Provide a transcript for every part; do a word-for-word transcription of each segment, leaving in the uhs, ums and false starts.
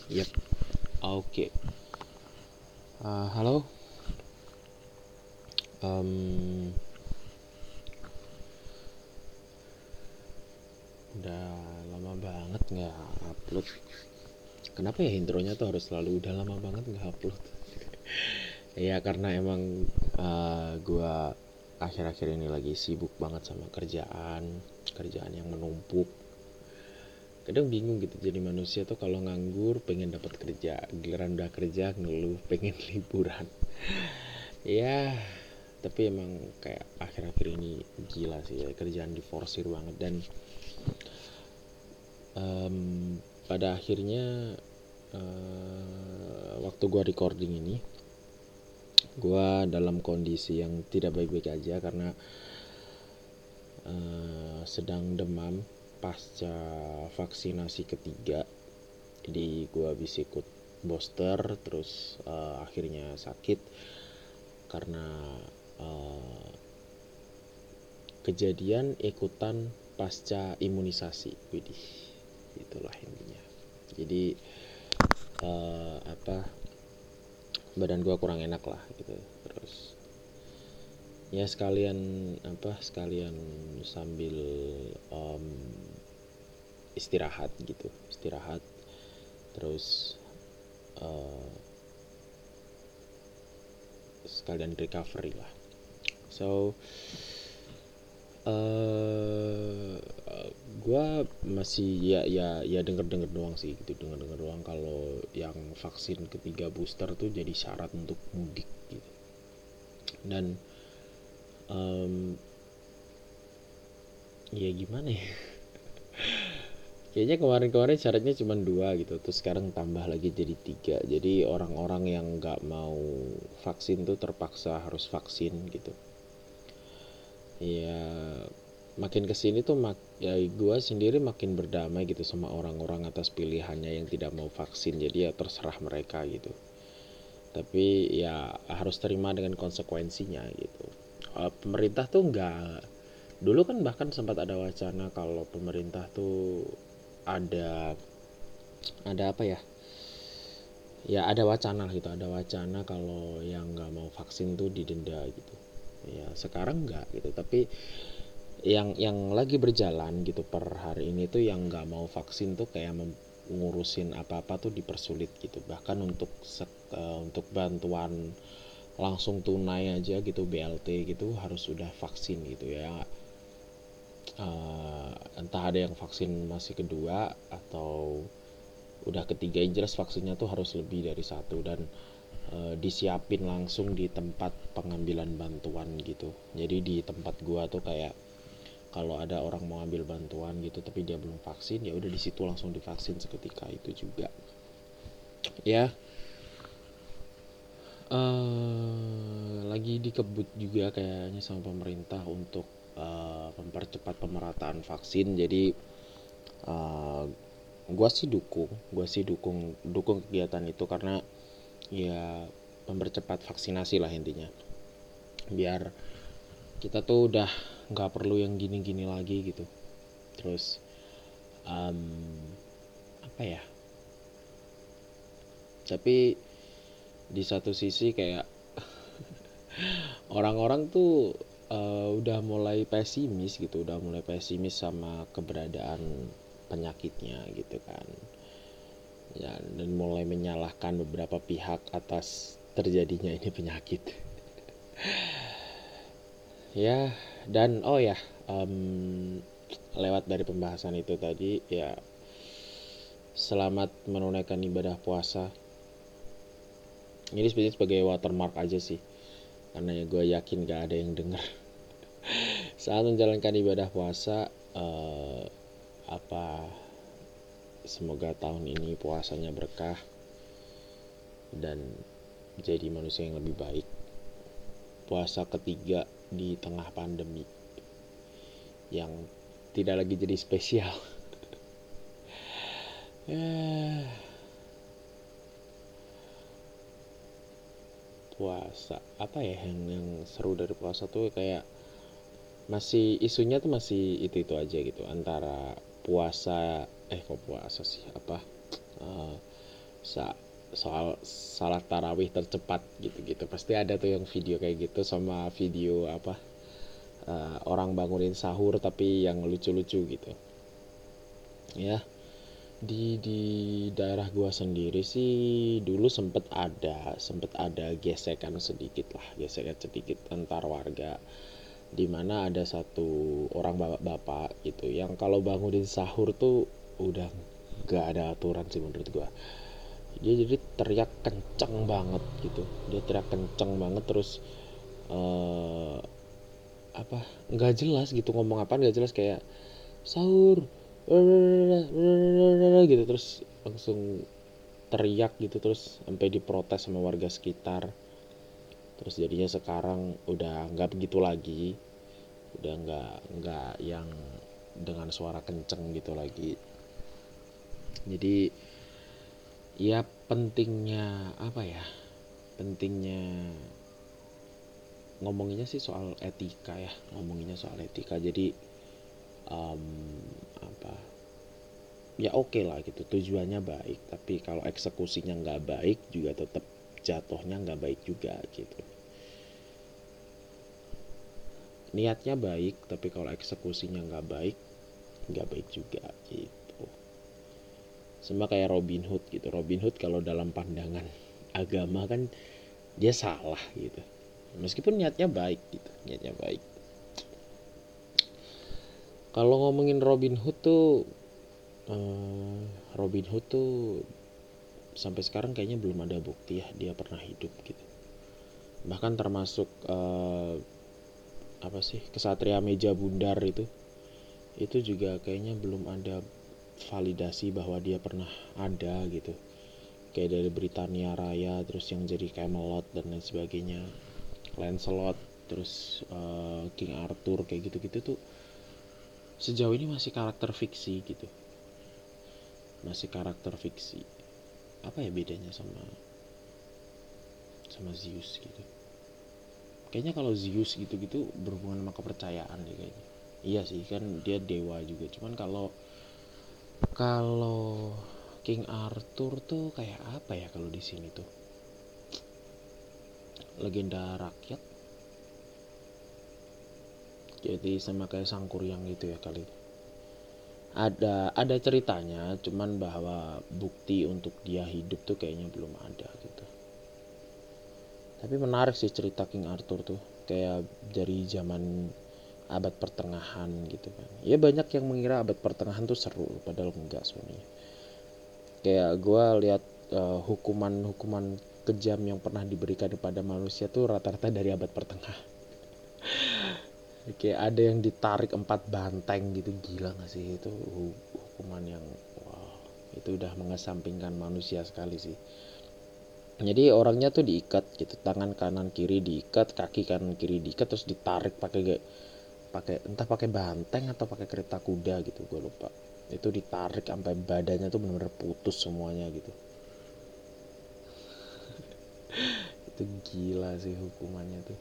Yep. Oke. Uh, halo. Um, udah lama banget nggak upload. Kenapa ya intronya tuh harus selalu udah lama banget nggak upload? Ya karena emang uh, gua akhir-akhir ini lagi sibuk banget sama kerjaan, kerjaan yang menumpuk. Kadang bingung gitu jadi manusia tuh kalau nganggur pengen dapat kerja, giliran udah kerja ngeluh pengen liburan. Ya, tapi emang kayak akhir-akhir ini gila sih ya, kerjaan diforsir banget. Dan um, pada akhirnya uh, waktu gua recording ini gua dalam kondisi yang tidak baik-baik aja karena uh, sedang demam pasca vaksinasi ketiga. Jadi gua habis ikut booster terus uh, akhirnya sakit karena uh, kejadian ikutan pasca imunisasi. Widih, itulah intinya. Jadi uh, apa badan gue kurang enak lah gitu. Terus ya sekalian apa sekalian sambil um, istirahat gitu, istirahat terus uh, sekalian recovery lah. So uh, gue masih ya ya ya denger denger doang sih gitu, denger denger doang kalau yang vaksin ketiga booster tuh jadi syarat untuk mudik gitu. Dan um, ya gimana ya, kayaknya kemarin-kemarin syaratnya cuma dua gitu, terus sekarang tambah lagi jadi tiga. Jadi orang-orang yang nggak mau vaksin tuh terpaksa harus vaksin gitu. Ya makin kesini tuh mak ya gue sendiri makin berdamai gitu sama orang-orang atas pilihannya yang tidak mau vaksin. Jadi ya terserah mereka gitu, tapi ya harus terima dengan konsekuensinya gitu. Uh, pemerintah tuh nggak, dulu kan bahkan sempat ada wacana kalau pemerintah tuh ada ada apa ya ya ada wacana gitu, ada wacana kalau yang nggak mau vaksin tuh didenda gitu. Ya sekarang nggak gitu, tapi yang yang lagi berjalan gitu per hari ini tuh yang nggak mau vaksin tuh kayak ngurusin apa-apa tuh dipersulit gitu. Bahkan untuk uh, untuk bantuan langsung tunai aja gitu, B L T gitu harus sudah vaksin gitu ya. Uh, entah ada yang vaksin masih kedua atau udah ketiga, yang jelas vaksinnya tuh harus lebih dari satu. Dan uh, disiapin langsung di tempat pengambilan bantuan gitu. Jadi di tempat gua tuh kayak kalau ada orang mau ambil bantuan gitu tapi dia belum vaksin, ya udah di situ langsung divaksin seketika itu juga. Ya, uh, lagi dikebut juga kayaknya sama pemerintah untuk uh, mempercepat pemerataan vaksin. Jadi uh, gue sih dukung, gue sih dukung dukung kegiatan itu karena ya mempercepat vaksinasi lah intinya. Biar kita tuh udah nggak perlu yang gini-gini lagi gitu. Terus um, apa ya? Tapi di satu sisi kayak orang-orang tuh uh, udah mulai pesimis gitu, udah mulai pesimis sama keberadaan penyakitnya gitu kan. Ya, dan mulai menyalahkan beberapa pihak atas terjadinya ini penyakit. Ya, dan oh ya, um, lewat dari pembahasan itu tadi ya, selamat menunaikan ibadah puasa. Ini sebenarnya sebagai watermark aja sih, karena ya gue yakin gak ada yang denger. Saat menjalankan ibadah puasa, uh, apa semoga tahun ini puasanya berkah dan jadi manusia yang lebih baik. Puasa ketiga di tengah pandemi yang tidak lagi jadi spesial. Puasa apa ya yang, yang seru dari puasa tuh kayak masih isunya tuh masih itu itu aja gitu, antara puasa eh kok puasa sih apa uh, soal salat tarawih tercepat gitu-gitu, pasti ada tuh yang video kayak gitu, sama video apa, uh, orang bangunin sahur tapi yang lucu-lucu gitu ya. Di di daerah gua sendiri sih dulu sempet ada sempet ada gesekan sedikit lah, gesekan sedikit antar warga, dimana ada satu orang bapak-bapak gitu yang kalau bangunin sahur tuh udah gak ada aturan sih menurut gua. Dia jadi teriak kenceng banget gitu, dia teriak kenceng banget terus eh apa, nggak jelas gitu ngomong apa, nggak jelas, kayak sahur gitu, terus langsung teriak gitu, terus sampai diprotes sama warga sekitar. Terus jadinya sekarang udah nggak begitu lagi, udah nggak nggak yang dengan suara kenceng gitu lagi. Jadi ya pentingnya apa ya, pentingnya ngomonginnya sih soal etika ya, ngomonginnya soal etika. Jadi um, apa ya, oke okay lah gitu, tujuannya baik, tapi kalau eksekusinya nggak baik juga tetap jatuhnya nggak baik juga gitu. Niatnya baik tapi kalau eksekusinya nggak baik, nggak baik juga gitu. Sama kayak Robin Hood gitu, Robin Hood kalau dalam pandangan agama kan dia salah gitu, meskipun niatnya baik gitu, niatnya baik. Kalau ngomongin Robin Hood tuh, eh, Robin Hood tuh sampai sekarang kayaknya belum ada bukti ya dia pernah hidup gitu. Bahkan termasuk eh, apa sih, kesatria meja bundar itu, itu juga kayaknya belum ada validasi bahwa dia pernah ada gitu. Kayak dari Britania Raya, terus yang jadi Camelot dan lain sebagainya, Lancelot, terus uh, King Arthur, kayak gitu-gitu tuh sejauh ini masih karakter fiksi gitu, masih karakter fiksi. Apa ya bedanya sama sama Zeus gitu? Kayaknya kalau Zeus gitu-gitu berhubungan sama kepercayaan deh kayaknya. Iya sih kan dia dewa juga, cuman kalau kalau King Arthur tuh kayak apa ya kalau di sini tuh? Legenda rakyat. Jadi sama kayak Sangkuriang gitu ya kali. Ada ada ceritanya, cuman bahwa bukti untuk dia hidup tuh kayaknya belum ada gitu. Tapi menarik sih cerita King Arthur tuh, kayak dari zaman abad pertengahan gitu kan. Ya banyak yang mengira abad pertengahan tuh seru, padahal enggak sebenarnya. Kayak gue lihat uh, hukuman-hukuman kejam yang pernah diberikan kepada manusia tuh rata-rata dari abad pertengahan. Kayak ada yang ditarik empat banteng gitu, gila gak sih itu hukuman yang wow, itu udah mengesampingkan manusia sekali sih. Jadi orangnya tuh diikat gitu, tangan kanan kiri diikat, kaki kanan kiri diikat, terus ditarik pakai pakai entah pakai banteng atau pakai kereta kuda gitu, gue lupa. Itu ditarik sampai badannya tuh benar-benar putus semuanya gitu. Itu gila sih hukumannya tuh.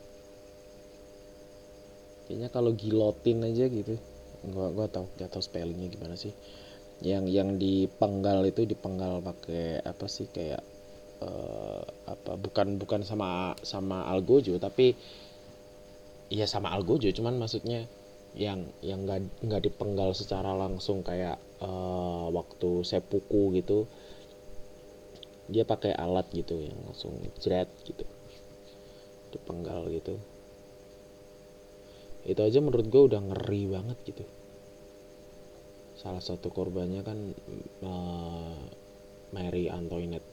Kayaknya kalau gilotin aja gitu, gua gua tau gak tau spellingnya gimana sih, yang yang dipenggal itu dipenggal pakai apa sih, kayak uh, apa, bukan bukan sama sama algojo, tapi iya sama algojo, cuman maksudnya yang yang nggak nggak dipenggal secara langsung kayak uh, waktu seppuku gitu, dia pakai alat gitu yang langsung jret gitu, dipenggal gitu. Itu aja menurut gue udah ngeri banget gitu. Salah satu korbannya kan uh, Mary Antoinette,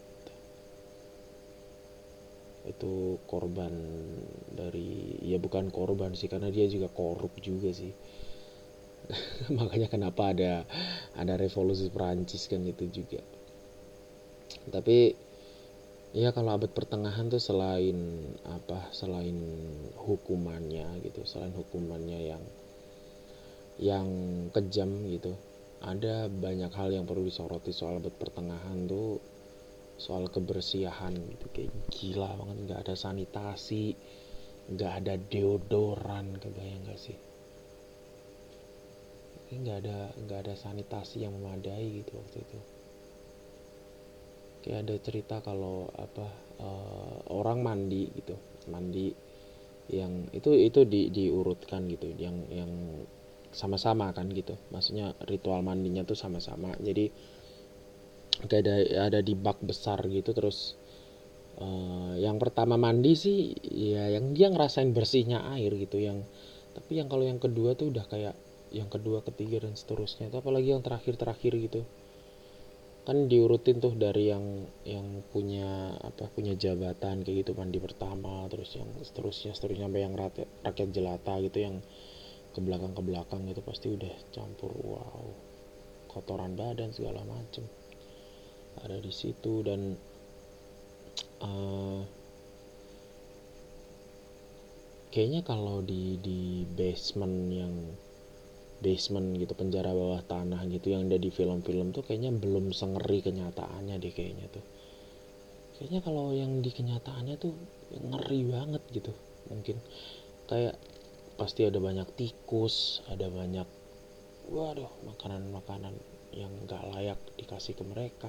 itu korban dari, ya bukan korban sih karena dia juga korup juga sih. Makanya kenapa ada ada revolusi Perancis kan itu juga. Tapi ya kalau abad pertengahan tuh selain apa, selain hukumannya gitu, selain hukumannya yang yang kejam gitu, ada banyak hal yang perlu disoroti soal abad pertengahan tuh, soal kebersihan gitu. Kayak gila banget, nggak ada sanitasi, nggak ada deodoran, kebayang nggak sih? Nggak ada nggak ada sanitasi yang memadai gitu waktu itu. kayak ada cerita kalau apa uh, orang mandi gitu, mandi yang itu itu di diurutkan gitu, yang yang sama-sama kan gitu, maksudnya ritual mandinya tuh sama-sama. Jadi kayak ada ada di bak besar gitu. Terus uh, yang pertama mandi sih ya yang dia ngerasain bersihnya air gitu, yang tapi yang kalau yang kedua tuh udah kayak yang kedua ketiga dan seterusnya itu, apalagi yang terakhir terakhir gitu kan diurutin tuh dari yang yang punya apa punya jabatan kayak gitu, mandi pertama, terus yang seterusnya seterusnya sampai yang rakyat, rakyat jelata gitu, yang ke belakang ke belakang gitu pasti udah campur, wow, kotoran badan segala macem ada di situ. Dan uh, kayaknya kalau di di basement yang basement gitu, penjara bawah tanah gitu yang ada di film-film tuh kayaknya belum sengeri kenyataannya deh kayaknya tuh. Kayaknya kalau yang di kenyataannya tuh ngeri banget gitu. Mungkin kayak pasti ada banyak tikus, ada banyak waduh makanan-makanan yang gak layak dikasih ke mereka.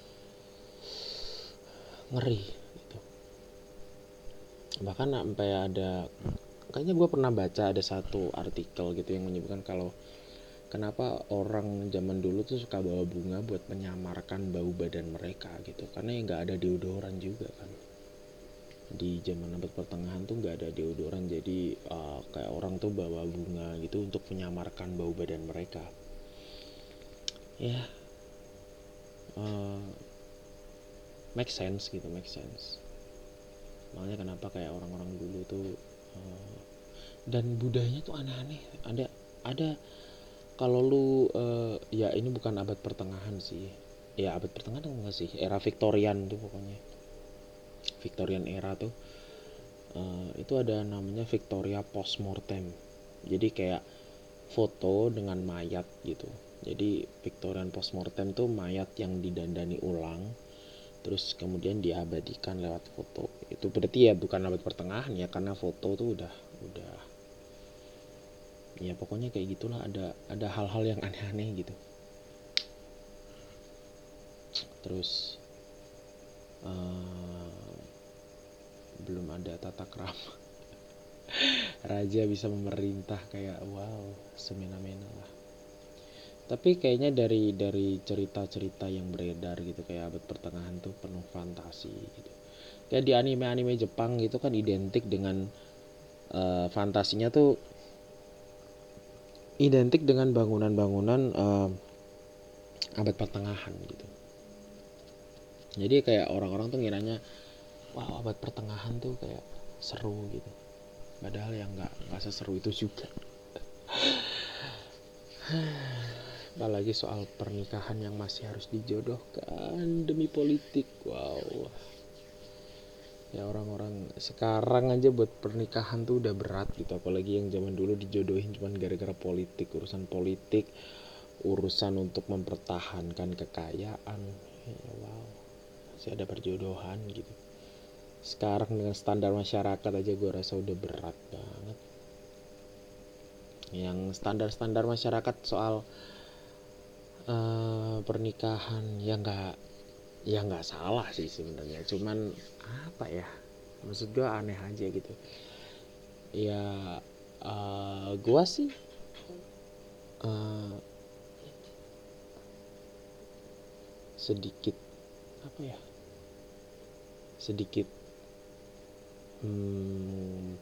Ngeri gitu. Bahkan sampai ada, kayaknya gue pernah baca ada satu artikel gitu yang menyebutkan kalau kenapa orang zaman dulu tuh suka bawa bunga buat menyamarkan bau badan mereka gitu, karena ya nggak ada deodoran juga kan. Di zaman abad pertengahan tuh nggak ada deodoran, jadi uh, kayak orang tuh bawa bunga gitu untuk menyamarkan bau badan mereka. Ya, uh, make sense gitu, make sense. Makanya kenapa kayak orang-orang dulu tuh uh, dan budayanya tuh aneh-aneh. Ada ada kalau lu uh, ya ini bukan abad pertengahan sih. Ya abad pertengahan enggak sih? Era Victorian tuh pokoknya. Victorian era tuh uh, itu ada namanya Victoria postmortem. Jadi kayak foto dengan mayat gitu. Jadi Victorian postmortem tuh mayat yang didandani ulang terus kemudian diabadikan lewat foto. Itu berarti ya bukan abad pertengahan ya, karena foto tuh udah udah ya pokoknya kayak gitulah, ada ada hal-hal yang aneh-aneh gitu. Terus uh, belum ada tata krama. Raja bisa memerintah kayak wow, semena-mena lah. Tapi kayaknya dari dari cerita-cerita yang beredar gitu kayak abad pertengahan tuh penuh fantasi gitu. Kayak di anime-anime Jepang gitu kan identik dengan uh, fantasinya tuh identik dengan bangunan-bangunan uh, abad pertengahan gitu. Jadi kayak orang-orang tuh ngiranya wow abad pertengahan tuh kayak seru gitu. Padahal yang nggak nggak seseru itu juga. Apalagi soal pernikahan yang masih harus dijodohkan demi politik. Wow. Ya orang-orang sekarang aja buat pernikahan tuh udah berat gitu, apalagi yang zaman dulu dijodohin cuman gara-gara politik, urusan politik, urusan untuk mempertahankan kekayaan. Ya, wow. Masih ada perjodohan gitu. Sekarang dengan standar masyarakat aja gue rasa udah berat banget. Yang standar-standar masyarakat soal uh, pernikahan ya nggak ya nggak salah sih sebenarnya, cuman apa ya, maksud gue aneh aja gitu ya. Uh, gue sih uh, sedikit apa ya sedikit hmm,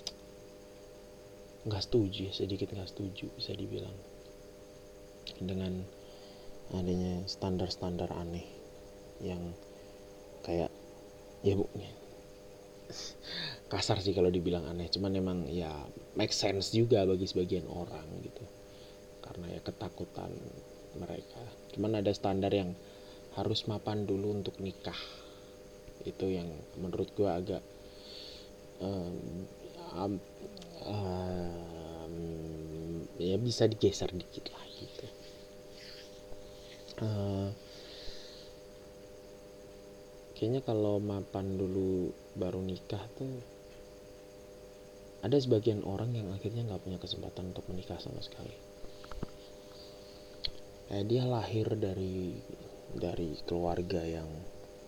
nggak setuju ya, sedikit nggak setuju bisa dibilang dengan adanya standar-standar aneh yang kayak ya bu kasar sih kalau dibilang aneh, cuman emang ya make sense juga bagi sebagian orang gitu karena ya ketakutan mereka. Cuman ada standar yang harus mapan dulu untuk nikah, itu yang menurut gue agak um, um, um, ya bisa digeser dikit lah gitu. Uh, kayaknya kalau mapan dulu baru nikah tuh ada sebagian orang yang akhirnya nggak punya kesempatan untuk menikah sama sekali. Kayak dia lahir dari dari keluarga yang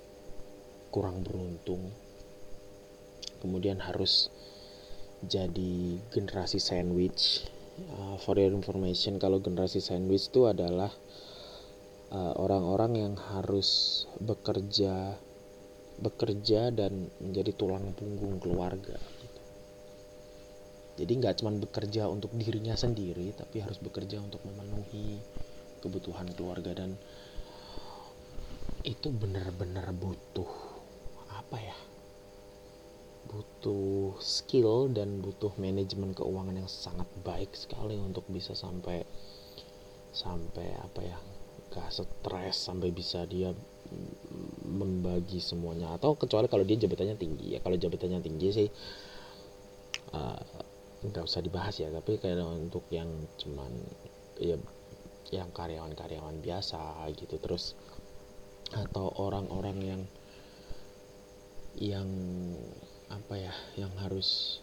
kurang beruntung, kemudian harus jadi generasi sandwich. Uh, for your information, kalau generasi sandwich itu adalah uh, orang-orang yang harus bekerja bekerja dan menjadi tulang punggung keluarga gitu. Jadi nggak cuma bekerja untuk dirinya sendiri, tapi harus bekerja untuk memenuhi kebutuhan keluarga, dan itu benar-benar butuh apa ya, butuh skill dan butuh manajemen keuangan yang sangat baik sekali untuk bisa sampai sampai apa ya, gak stres, sampai bisa dia membagi semuanya. Atau kecuali kalau dia jabatannya tinggi ya, kalau jabatannya tinggi sih uh, nggak usah dibahas ya. Tapi kayak untuk yang cuman ya yang karyawan-karyawan biasa gitu, terus atau orang-orang yang yang apa ya, yang harus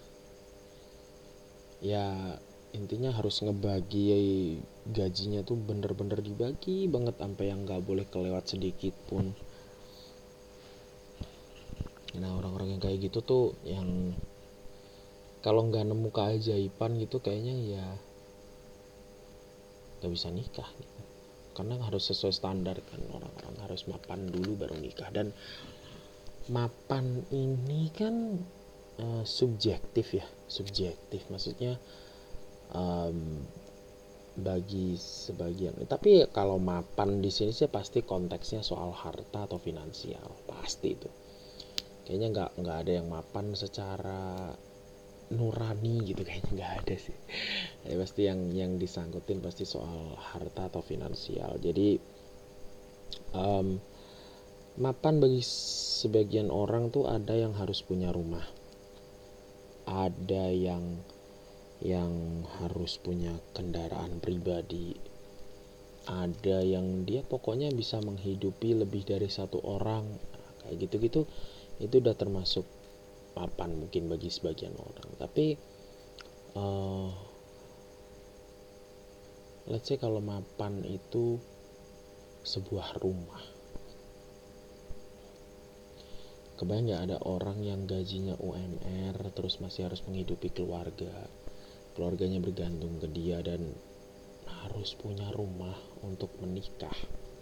ya intinya harus ngebagi gajinya tuh bener-bener dibagi banget sampai yang nggak boleh kelewat sedikit pun. Nah orang-orang yang kayak gitu tuh yang kalau nggak nemu keajaiban gitu kayaknya ya nggak bisa nikah gitu. Karena harus sesuai standar kan, orang-orang harus mapan dulu baru nikah. Dan mapan ini kan uh, subjektif ya, subjektif maksudnya um, bagi sebagian. Tapi kalau mapan di sini sih pasti konteksnya soal harta atau finansial, pasti itu. Kayaknya nggak nggak ada yang mapan secara nurani gitu, kayaknya nggak ada sih. Ya, pasti yang yang disangkutin pasti soal harta atau finansial. Jadi um, mapan bagi sebagian orang tuh ada yang harus punya rumah, ada yang yang harus punya kendaraan pribadi, ada yang dia pokoknya bisa menghidupi lebih dari satu orang. Nah, kayak gitu-gitu itu udah termasuk mapan mungkin bagi sebagian orang. Tapi uh, let's say kalau mapan itu sebuah rumah, kebayang gak ada orang yang gajinya U M R terus masih harus menghidupi keluarga, keluarganya bergantung ke dia, dan harus punya rumah untuk menikah.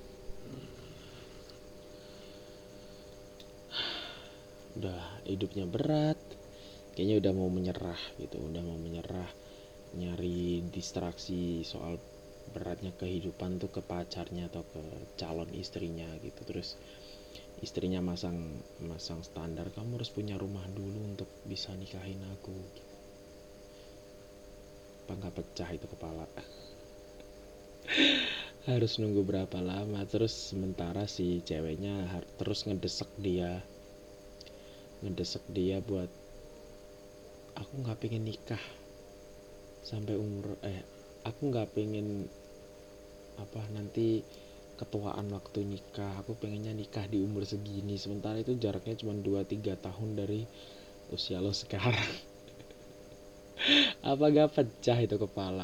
Udah hidupnya berat, kayaknya udah mau menyerah gitu, udah mau menyerah, nyari distraksi soal beratnya kehidupan tuh ke pacarnya atau ke calon istrinya gitu. Terus istrinya masang masang standar, kamu harus punya rumah dulu untuk bisa nikahin aku gitu. Apa nggak pecah itu kepala? Harus nunggu berapa lama? Terus sementara si ceweknya terus ngedesek dia ngedesek dia buat, aku nggak pengen nikah sampai umur eh aku nggak pengen apa nanti ketuaan waktu nikah, aku pengennya nikah di umur segini. Sementara itu jaraknya cuma dua tiga tahun dari usia lo sekarang. Apa gak pecah itu kepala?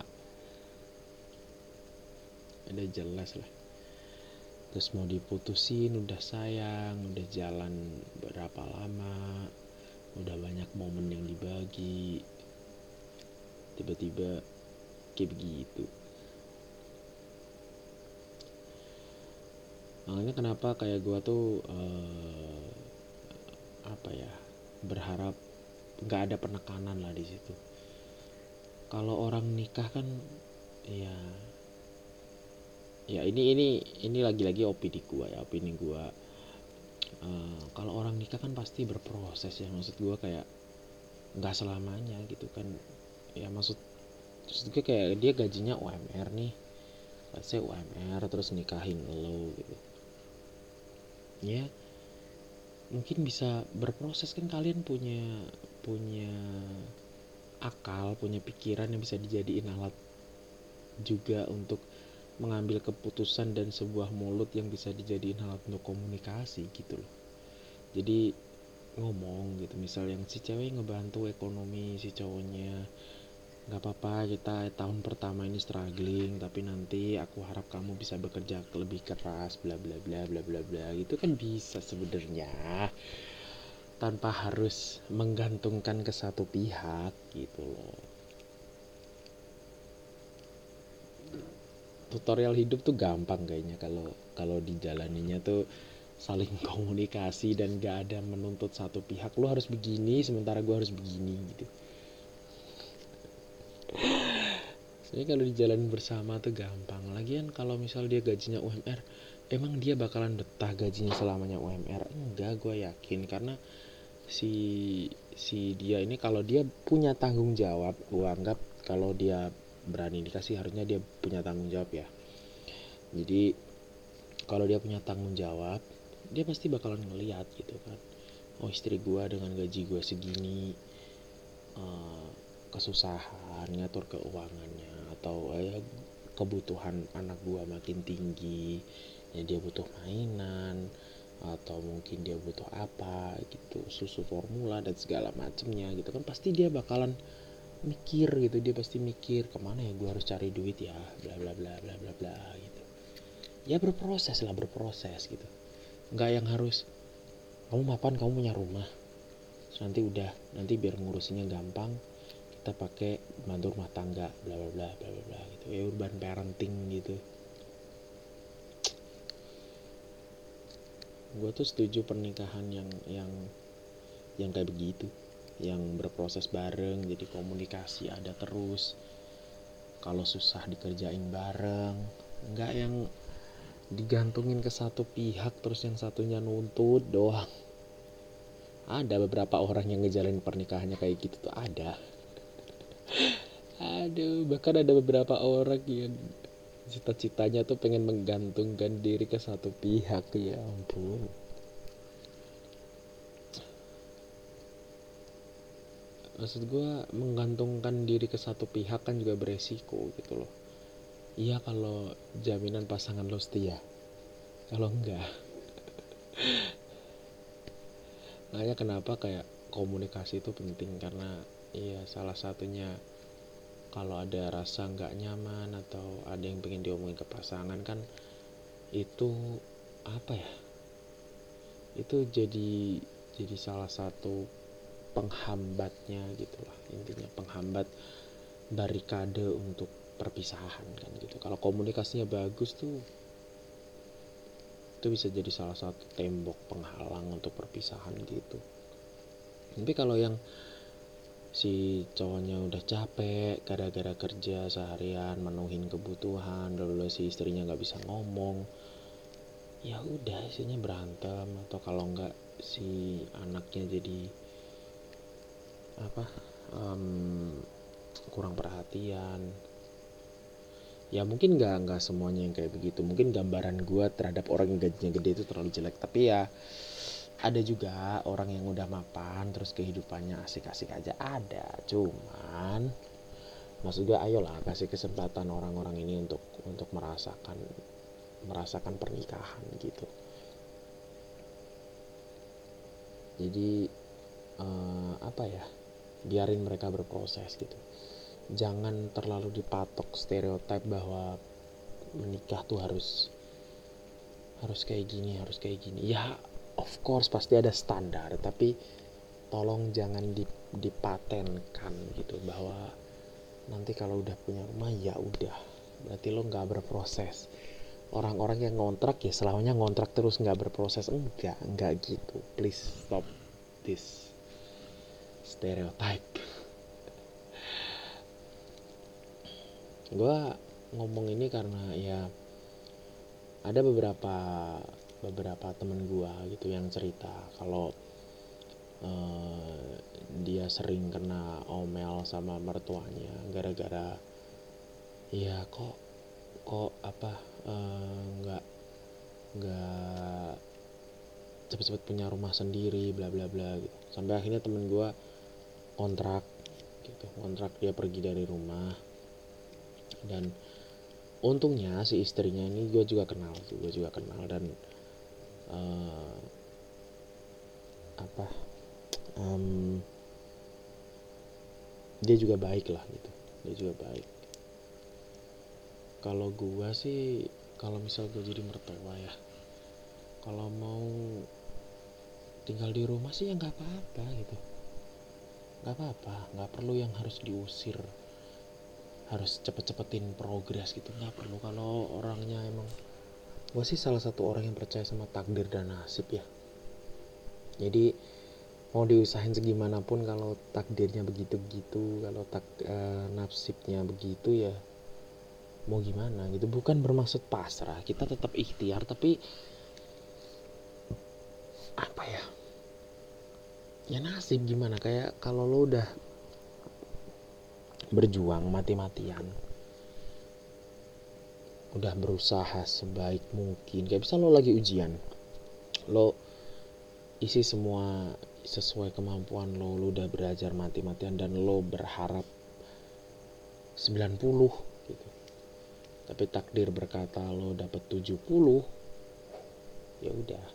Udah jelas lah. Terus mau diputusin, udah sayang, udah jalan berapa lama, udah banyak momen yang dibagi, tiba-tiba kayak begitu. Makanya kenapa kayak gue tuh uh, apa ya, berharap nggak ada penekanan lah di situ. Kalau orang nikah kan ya ya ini ini ini lagi-lagi opini gue ya, opini gue. Uh, kalau orang nikah kan pasti berproses ya, maksud gue kayak nggak selamanya gitu kan ya, maksud maksud gue kayak dia gajinya U M R nih, let's say U M R, terus nikahin lo gitu ya, mungkin bisa berproses kan, kalian punya punya akal, punya pikiran yang bisa dijadiin alat juga untuk mengambil keputusan, dan sebuah mulut yang bisa dijadiin alat untuk komunikasi gitu loh. Jadi ngomong gitu, misal yang si cewek ngebantu ekonomi si cowoknya, nggak apa-apa kita tahun pertama ini struggling, tapi nanti aku harap kamu bisa bekerja lebih keras, bla bla bla bla bla bla. Itu kan bisa sebenarnya tanpa harus menggantungkan ke satu pihak gitu loh. Tutorial hidup tuh gampang kayaknya kalau kalau dijalaninya tuh saling komunikasi dan gak ada menuntut satu pihak, lu harus begini sementara gue harus begini gitu. Sebenarnya kalau dijalanin bersama tuh gampang. Lagian kalau misal dia gajinya U M R, emang dia bakalan betah gajinya selamanya U M R? Enggak, gue yakin karena si si dia ini kalau dia punya tanggung jawab, gue anggap kalau dia berani dikasih harusnya dia punya tanggung jawab ya. Jadi kalau dia punya tanggung jawab, dia pasti bakalan ngeliat gitu kan. Oh, istri gue dengan gaji gue segini, eh, kesusahan ngatur keuangannya, atau eh, kebutuhan anak gua makin tinggi ya, dia butuh mainan atau mungkin dia butuh apa gitu, susu formula dan segala macemnya gitu kan, pasti dia bakalan mikir gitu, dia pasti mikir kemana ya gua harus cari duit ya, bla bla bla bla bla bla gitu. Ya berproses lah, berproses gitu, nggak yang harus kamu mapan kamu punya rumah terus nanti udah, nanti biar ngurusinnya gampang kita pakai bantu rumah tangga, bla bla bla bla bla gitu ya, urban parenting gitu. Gue tuh setuju pernikahan yang yang yang kayak begitu, yang berproses bareng, jadi komunikasi ada terus, kalau susah dikerjain bareng, nggak yang digantungin ke satu pihak terus yang satunya nuntut doang. Ada beberapa orang yang ngejalanin pernikahannya kayak gitu tuh, ada. Aduh, bahkan ada beberapa orang yang cita-citanya tuh pengen menggantungkan diri ke satu pihak, ya ampun. Maksud gue, menggantungkan diri ke satu pihak kan juga beresiko gitu loh. Iya kalau jaminan pasangan lo setia, kalau enggak, makanya kenapa kayak komunikasi itu penting, karena iya salah satunya kalau ada rasa nggak nyaman atau ada yang pengen diomongin ke pasangan kan, itu apa ya, itu jadi jadi salah satu penghambatnya gitulah, intinya penghambat barikade untuk perpisahan kan gitu. Kalau komunikasinya bagus tuh, itu bisa jadi salah satu tembok penghalang untuk perpisahan gitu. Tapi kalau yang si cowoknya udah capek gara-gara kerja seharian menuhin kebutuhan, lalu si istrinya nggak bisa ngomong, ya udah isinya berantem, atau kalau nggak si anaknya jadi apa, um, kurang perhatian. Ya mungkin nggak nggak semuanya yang kayak begitu, mungkin gambaran gue terhadap orang yang gajinya gede itu terlalu jelek, tapi ya ada juga orang yang udah mapan terus kehidupannya asik-asik aja, ada. Cuman maksud gue ayolah kasih kesempatan orang-orang ini untuk untuk merasakan merasakan pernikahan gitu. Jadi eh, apa ya, biarin mereka berproses gitu, jangan terlalu dipatok stereotip bahwa menikah tuh harus harus kayak gini, harus kayak gini. Ya of course pasti ada standar, tapi tolong jangan dipatenkan gitu bahwa nanti kalau udah punya rumah ya udah berarti lo nggak berproses. Orang-orang yang ngontrak ya selamanya ngontrak terus nggak berproses, enggak enggak gitu. Please stop this stereotype. Gue ngomong ini karena ya ada beberapa beberapa temen gue gitu yang cerita kalau uh, dia sering kena omel sama mertuanya gara-gara ya kok kok apa uh, nggak nggak cepet-cepet punya rumah sendiri bla bla bla gitu, sampai akhirnya temen gue kontrak gitu, kontrak dia pergi dari rumah. Dan untungnya si istrinya ini gue juga kenal, gue juga kenal dan uh, apa um, dia juga baik lah gitu. dia juga baik. Kalau gue sih, kalau misal gue jadi mertua ya, kalau mau tinggal di rumah sih ya nggak apa-apa gitu, nggak apa-apa, nggak perlu yang harus diusir, harus cepet-cepetin progres gitu, nggak perlu. Kalau orangnya emang, gue sih salah satu orang yang percaya sama takdir dan nasib ya. Jadi mau diusahain segimanapun, kalau takdirnya begitu-begitu, kalau tak uh, nasibnya begitu ya mau gimana gitu. Bukan bermaksud pasrah, kita tetap ikhtiar, tapi apa ya, ya nasib gimana. Kayak kalau lo udah berjuang mati-matian, udah berusaha sebaik mungkin, kayak bisa lo lagi ujian, lo isi semua sesuai kemampuan lo, lo udah belajar mati-matian dan lo berharap sembilan puluh gitu, tapi takdir berkata lo dapet tujuh puluh, ya udah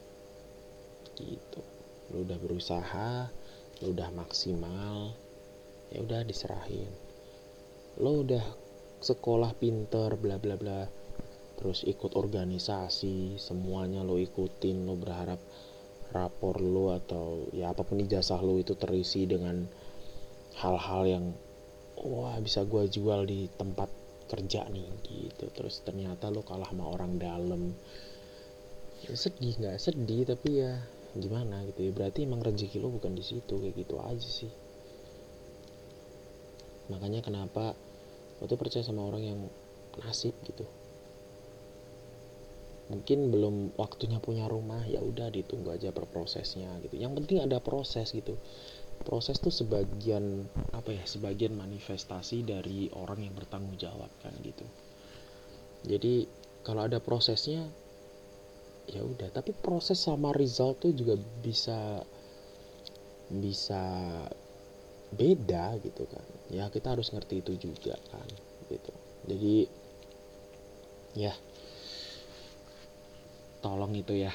gitu. Lo udah berusaha, lo udah maksimal, ya udah diserahin. Lo udah sekolah pinter bla bla bla, terus ikut organisasi, semuanya lo ikutin, lo berharap rapor lo atau ya apapun ijazah lo itu terisi dengan hal-hal yang wah bisa gue jual di tempat kerja nih gitu. Terus ternyata lo kalah sama orang dalam, ya sedih nggak sedih, tapi ya gimana gitu ya, berarti emang rezeki lo bukan di situ, kayak gitu aja sih. Makanya kenapa lo tuh percaya sama orang yang nasib gitu. Mungkin belum waktunya punya rumah, ya udah ditunggu aja berprosesnya gitu. Yang penting ada proses gitu. Proses tuh sebagian apa ya, sebagian manifestasi dari orang yang bertanggung jawab kan gitu. Jadi kalau ada prosesnya ya udah, tapi proses sama result tuh juga bisa bisa beda gitu kan. Ya kita harus ngerti itu juga kan gitu. Jadi ya tolong itu ya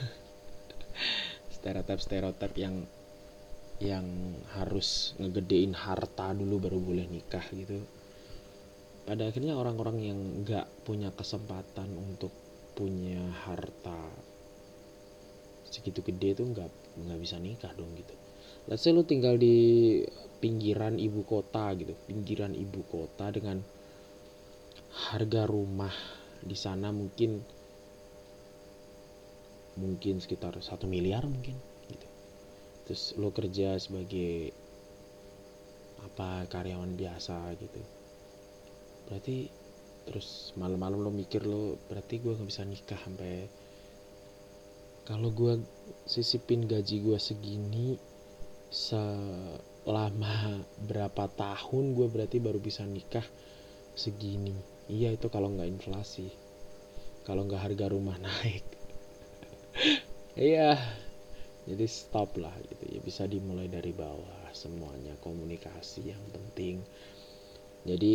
stereotip-stereotip yang yang harus ngegedein harta dulu baru boleh nikah gitu. Pada akhirnya orang-orang yang nggak punya kesempatan untuk punya harta segitu gede tuh nggak nggak bisa nikah dong gitu. Let's say lu tinggal di pinggiran ibu kota gitu, pinggiran ibu kota dengan harga rumah di sana mungkin mungkin sekitar satu miliar mungkin gitu. Terus lo kerja sebagai apa karyawan biasa gitu, berarti terus malam-malam lo mikir lo berarti gue nggak bisa nikah sampai, kalau gue sisipin gaji gue segini selama berapa tahun gue berarti baru bisa nikah segini. Iya itu kalau nggak inflasi, kalau nggak harga rumah naik. Iya, jadi stop lah gitu ya, bisa dimulai dari bawah semuanya, komunikasi yang penting. Jadi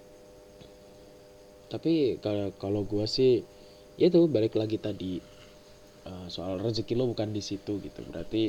tapi kalau kalau gue sih ya itu balik lagi tadi, uh, soal rezeki lo bukan di situ gitu. Berarti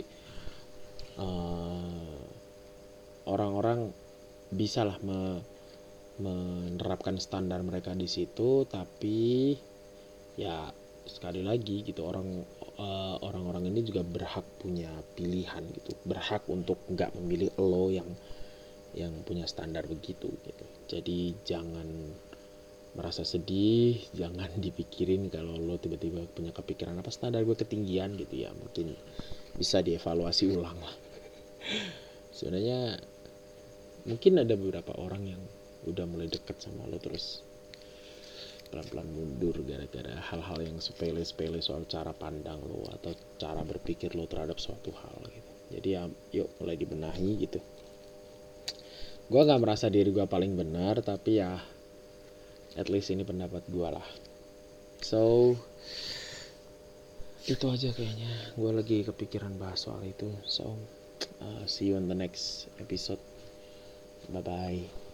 uh, orang-orang bisa lah me, menerapkan standar mereka di situ, tapi ya sekali lagi gitu, orang uh, orang-orang ini juga berhak punya pilihan gitu, berhak untuk nggak memilih lo yang yang punya standar begitu gitu. Jadi jangan merasa sedih, jangan dipikirin kalau lo tiba-tiba punya kepikiran apa standar gue ketinggian gitu ya, mungkin bisa dievaluasi ulang lah. Sebenarnya mungkin ada beberapa orang yang udah mulai deket sama lo terus pelan-pelan mundur gara-gara hal-hal yang sepele-sepele soal cara pandang lo atau cara berpikir lo terhadap suatu hal gitu. Jadi ya yuk mulai dibenahi gitu. Gue gak merasa diri gue paling benar, tapi ya at least ini pendapat gue lah. So itu aja kayaknya, gue lagi kepikiran bahas soal itu. So uh, see you on the next episode. Bye bye.